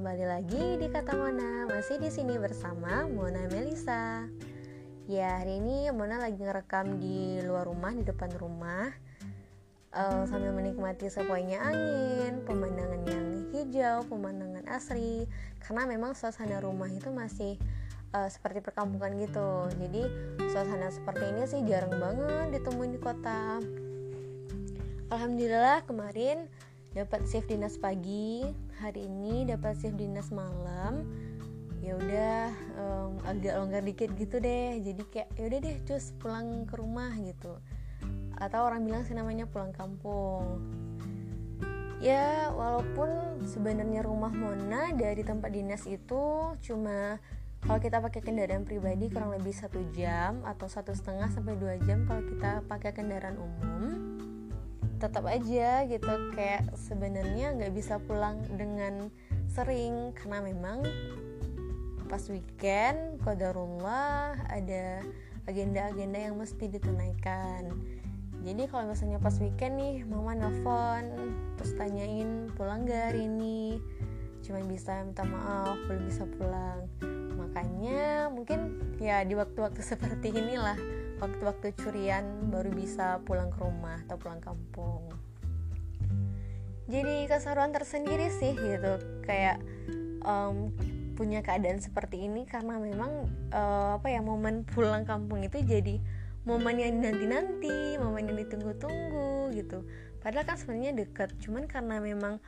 kembali lagi di Kata Mona. Masih di sini bersama Mona Melisa. Ya, hari ini Mona lagi ngerekam di luar rumah, di depan rumah, sambil menikmati sepoi-nya angin, pemandangan yang hijau, pemandangan asri. Karena memang suasana rumah itu masih seperti perkampungan gitu. Jadi suasana seperti ini sih jarang banget ditemuin di kota. Alhamdulillah kemarin dapat shift dinas pagi, hari ini dapat shift dinas malam. Ya udah agak longgar dikit gitu deh. Jadi kayak ya udah deh cus pulang ke rumah gitu. Atau orang bilang sih namanya pulang kampung. Ya walaupun sebenarnya rumah Mona dari tempat dinas itu cuma kalau kita pakai kendaraan pribadi kurang lebih 1 jam atau 1,5 sampai 2 jam kalau kita pakai kendaraan umum. Tetap aja gitu kayak sebenarnya nggak bisa pulang dengan sering karena memang pas weekend qadarullah ada agenda-agenda yang mesti ditunaikan. Jadi kalau misalnya pas weekend nih mama nelfon terus tanyain pulang gak hari ini, cuma bisa minta maaf belum bisa pulang. Makanya mungkin ya di waktu-waktu seperti inilah, waktu-waktu curian baru bisa pulang ke rumah atau pulang kampung. Jadi keseruan tersendiri sih gitu, kayak punya keadaan seperti ini karena memang momen pulang kampung itu jadi momen yang dinanti-nanti, momen yang ditunggu-tunggu gitu. Padahal kan sebenarnya dekat, cuman karena memang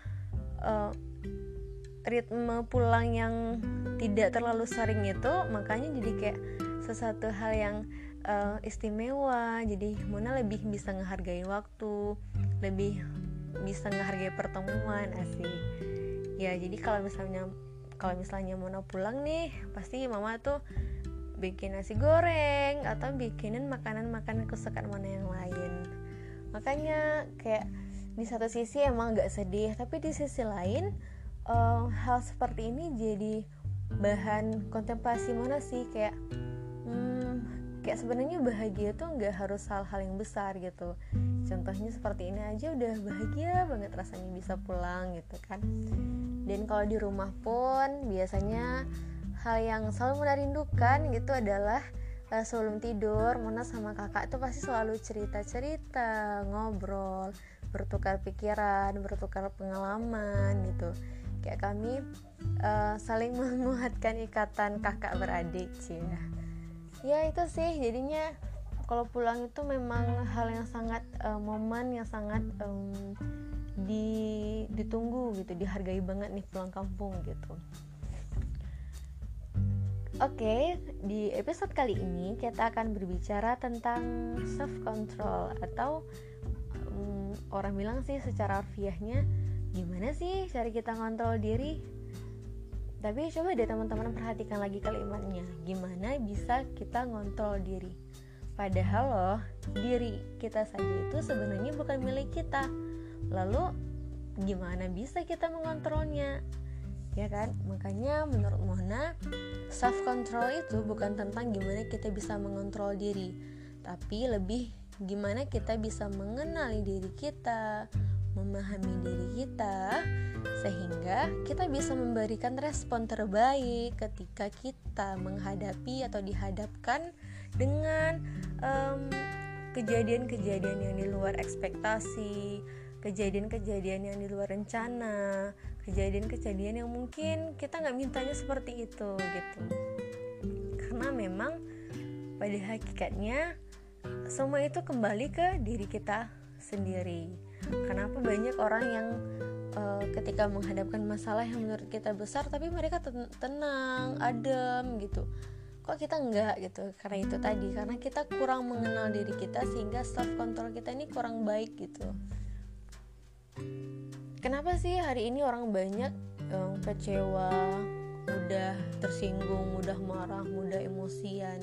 ritme pulang yang tidak terlalu sering itu, makanya jadi kayak sesuatu hal yang istimewa. Jadi Mona lebih bisa ngehargai waktu, lebih bisa ngehargai pertemuan, asik. Ya jadi kalau misalnya Mona pulang nih, pasti mama tuh bikin nasi goreng atau bikinin makanan-makanan kesukaan Mona yang lain. Makanya kayak di satu sisi emang agak sedih, tapi di sisi lain hal seperti ini jadi bahan kontemplasi Mona sih, kayak sebenarnya bahagia tuh nggak harus hal-hal yang besar gitu. Contohnya seperti ini aja udah bahagia banget rasanya bisa pulang gitu kan. Dan kalau di rumah pun biasanya hal yang selalu Mona rindukan gitu adalah sebelum tidur Mona sama kakak tuh pasti selalu cerita-cerita, ngobrol, bertukar pikiran, bertukar pengalaman gitu. Kayak kami saling menguatkan ikatan kakak beradik sih. Ya itu sih jadinya kalau pulang itu memang hal yang sangat momen yang sangat ditunggu gitu, dihargai banget nih pulang kampung gitu. Oke, di episode kali ini kita akan berbicara tentang self control atau orang bilang sih secara harfiahnya gimana sih cara kita ngontrol diri. Tapi coba deh teman-teman perhatikan lagi kalimatnya, gimana bisa kita ngontrol diri. Padahal loh, diri kita saja itu sebenarnya bukan milik kita. Lalu gimana bisa kita mengontrolnya? Ya kan? Makanya menurut Mona, self control itu bukan tentang gimana kita bisa mengontrol diri, tapi lebih gimana kita bisa mengenali diri kita, memahami diri kita, sehingga kita bisa memberikan respon terbaik ketika kita menghadapi atau dihadapkan dengan kejadian-kejadian yang di luar ekspektasi, kejadian-kejadian yang di luar rencana, kejadian-kejadian yang mungkin kita gak mintanya seperti itu gitu. Karena memang pada hakikatnya semua itu kembali ke diri kita sendiri. Kenapa banyak orang yang ketika menghadapkan masalah yang menurut kita besar tapi mereka tenang, adem gitu. Kok kita enggak gitu? Karena itu tadi, karena kita kurang mengenal diri kita sehingga self control kita ini kurang baik gitu. Kenapa sih hari ini orang banyak kecewa, mudah tersinggung, mudah marah, mudah emosian?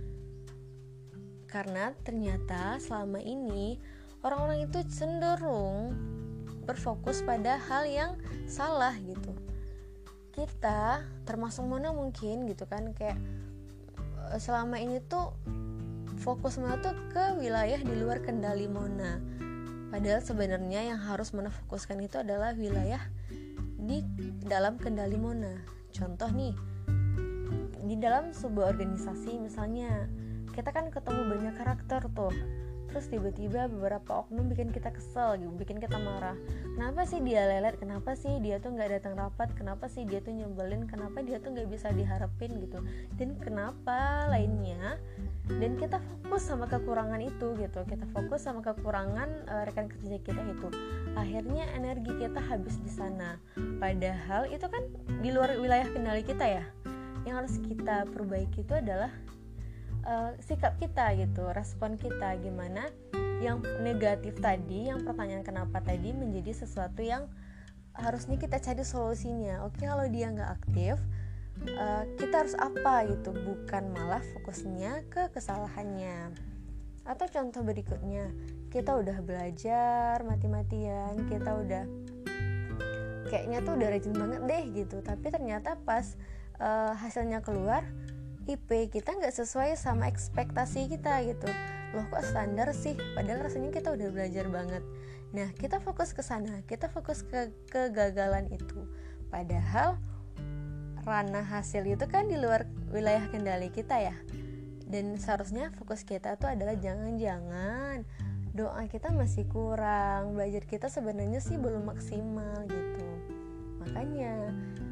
Karena ternyata selama ini orang-orang itu cenderung berfokus pada hal yang salah gitu. Kita termasuk Mona mungkin gitu kan, kayak selama ini tuh fokus Mona tuh ke wilayah di luar kendali Mona. Padahal sebenarnya yang harus Mona fokuskan itu adalah wilayah di dalam kendali Mona. Contoh nih, di dalam sebuah organisasi misalnya, kita kan ketemu banyak karakter tuh, terus tiba-tiba beberapa oknum bikin kita kesel gitu, bikin kita marah. Kenapa sih dia lelet, kenapa sih dia tuh gak datang rapat, kenapa sih dia tuh nyebelin, kenapa dia tuh gak bisa diharapin gitu, dan kenapa lainnya. Dan kita fokus sama kekurangan itu gitu, kita fokus sama kekurangan rekan kerja kita itu, akhirnya energi kita habis di sana. Padahal itu kan di luar wilayah kendali kita ya. Yang harus kita perbaiki itu adalah sikap kita gitu, respon kita. Gimana yang negatif tadi, yang pertanyaan kenapa tadi menjadi sesuatu yang harusnya kita cari solusinya. Oke, kalau dia nggak aktif, kita harus apa gitu, bukan malah fokusnya ke kesalahannya. Atau contoh berikutnya, kita udah belajar mati-matian, kita udah kayaknya tuh udah rajin banget deh gitu, tapi ternyata pas hasilnya keluar, IP kita nggak sesuai sama ekspektasi kita gitu. Loh, kok standar sih? Padahal rasanya kita udah belajar banget. Nah, kita fokus ke sana, kita fokus ke kegagalan itu. Padahal ranah hasil itu kan di luar wilayah kendali kita ya. Dan seharusnya fokus kita tuh adalah jangan-jangan doa kita masih kurang, belajar kita sebenarnya sih belum maksimal gitu. Makanya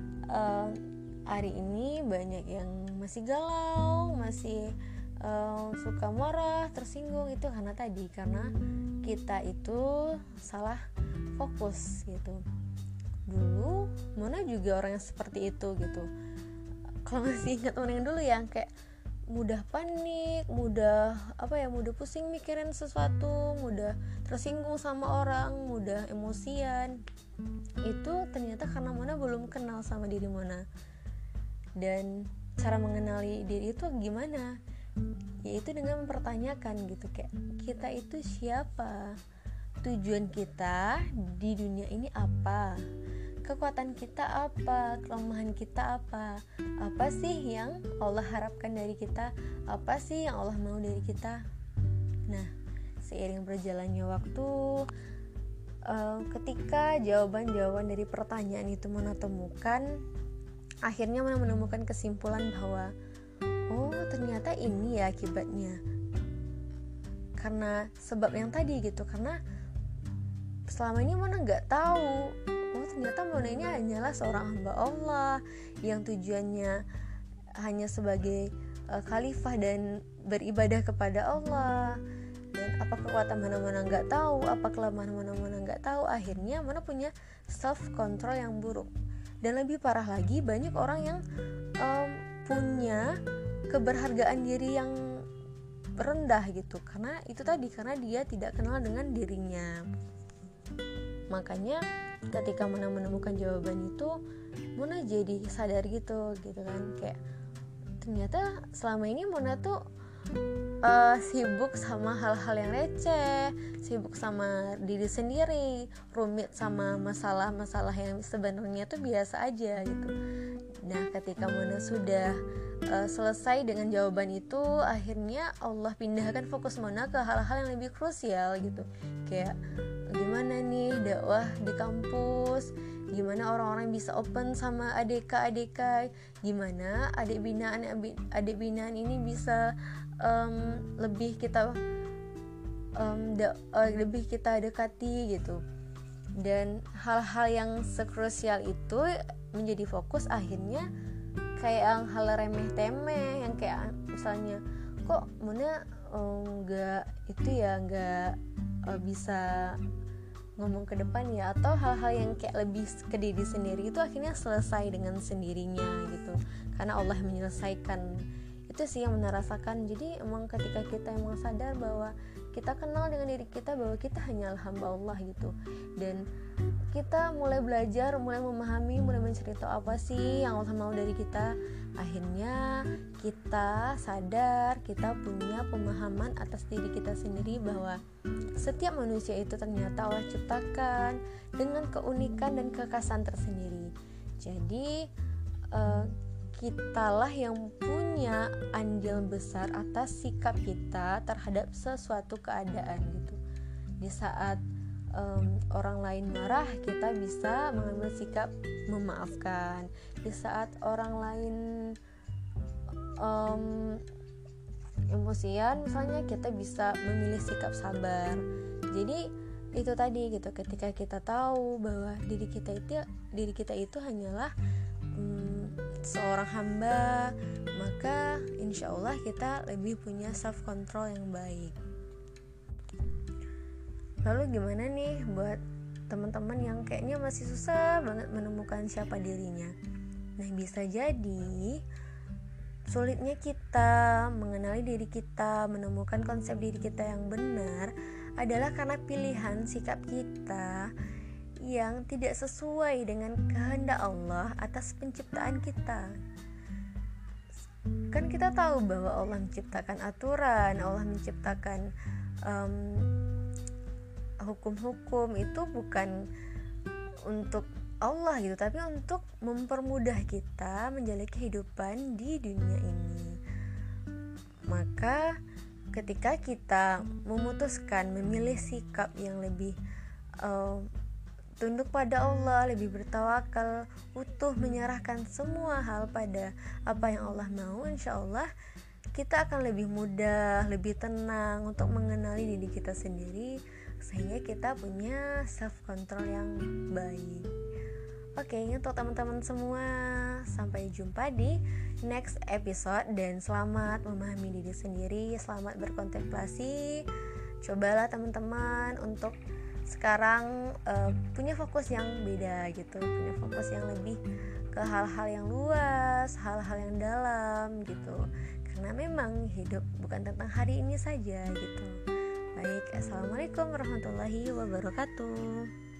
hari ini banyak yang masih galau, masih suka marah, tersinggung, itu karena kita itu salah fokus gitu. Dulu Mona juga orang yang seperti itu gitu. Kalau masih ingat Mona yang dulu yang kayak mudah panik, mudah pusing mikirin sesuatu, mudah tersinggung sama orang, mudah emosian. Itu ternyata karena Mona belum kenal sama diri Mona. Dan cara mengenali diri itu gimana? Yaitu dengan mempertanyakan gitu, kayak kita itu siapa? Tujuan kita di dunia ini apa? Kekuatan kita apa? Kelemahan kita apa? Apa sih yang Allah harapkan dari kita? Apa sih yang Allah mau dari kita? Nah, seiring berjalannya waktu, ketika jawaban-jawaban dari pertanyaan itu Mona temukan, akhirnya Mona menemukan kesimpulan bahwa oh, ternyata ini ya akibatnya. Karena sebab yang tadi gitu, karena selama ini Mona gak tahu, oh ternyata Mona ini hanyalah seorang hamba Allah yang tujuannya hanya sebagai khalifah dan beribadah kepada Allah. Dan apa kekuatan Mona gak tahu, apa kelemahan Mona gak tahu. Akhirnya Mona punya self control yang buruk. Dan lebih parah lagi, banyak orang yang punya keberhargaan diri yang rendah gitu, karena itu tadi, karena dia tidak kenal dengan dirinya. Makanya ketika Mona menemukan jawaban itu, Mona jadi sadar gitu kan, kayak ternyata selama ini Mona tuh sibuk sama hal-hal yang receh, sibuk sama diri sendiri, rumit sama masalah-masalah yang sebenarnya tuh biasa aja gitu. Nah, ketika Mona sudah selesai dengan jawaban itu, akhirnya Allah pindahkan fokus Mona ke hal-hal yang lebih krusial gitu. Kayak gimana nih dakwah di kampus, gimana orang-orang bisa open sama adik gimana adik binaan ini bisa lebih kita dekati gitu. Dan hal-hal yang sekrusial itu menjadi fokus, akhirnya kayak hal remeh-temeh yang kayak misalnya, kok Mona nggak bisa ngomong ke depan ya, atau hal-hal yang kayak lebih ke diri sendiri itu akhirnya selesai dengan sendirinya gitu, karena Allah menyelesaikan. Itu sih yang Mona rasakan. Jadi emang ketika kita emang sadar bahwa kita kenal dengan diri kita, bahwa kita hanyalah hamba Allah gitu, dan kita mulai belajar, mulai memahami, mulai mencari tahu apa sih yang Allah mau dari kita, akhirnya kita sadar, kita punya pemahaman atas diri kita sendiri bahwa setiap manusia itu ternyata Allah ciptakan dengan keunikan dan kekhasan tersendiri. Jadi kitalah yang punya andil besar atas sikap kita terhadap sesuatu keadaan gitu. Di saat orang lain marah, kita bisa mengambil sikap memaafkan. Di saat orang lain emosian misalnya, kita bisa memilih sikap sabar. Jadi itu tadi gitu, ketika kita tahu bahwa diri kita itu hanyalah seorang hamba, maka insya Allah kita lebih punya self control yang baik. Lalu gimana nih buat teman-teman yang kayaknya masih susah banget menemukan siapa dirinya? Nah, bisa jadi sulitnya kita mengenali diri kita, menemukan konsep diri kita yang benar adalah karena pilihan sikap kita yang tidak sesuai dengan kehendak Allah atas penciptaan kita. Kan kita tahu bahwa Allah menciptakan aturan, Allah menciptakan hukum-hukum itu bukan untuk Allah gitu, tapi untuk mempermudah kita menjalani kehidupan di dunia ini. Maka ketika kita memutuskan memilih sikap yang lebih tunduk pada Allah, lebih bertawakal, utuh menyerahkan semua hal pada apa yang Allah mau, insya Allah kita akan lebih mudah, lebih tenang untuk mengenali diri kita sendiri, sehingga kita punya self control yang baik. Oke, untuk teman-teman semua, sampai jumpa di next episode, dan selamat memahami diri sendiri, selamat berkontemplasi. Cobalah teman-teman untuk sekarang punya fokus yang beda gitu, punya fokus yang lebih ke hal-hal yang luas, hal-hal yang dalam gitu, karena memang hidup bukan tentang hari ini saja gitu. Baik, assalamualaikum warahmatullahi wabarakatuh.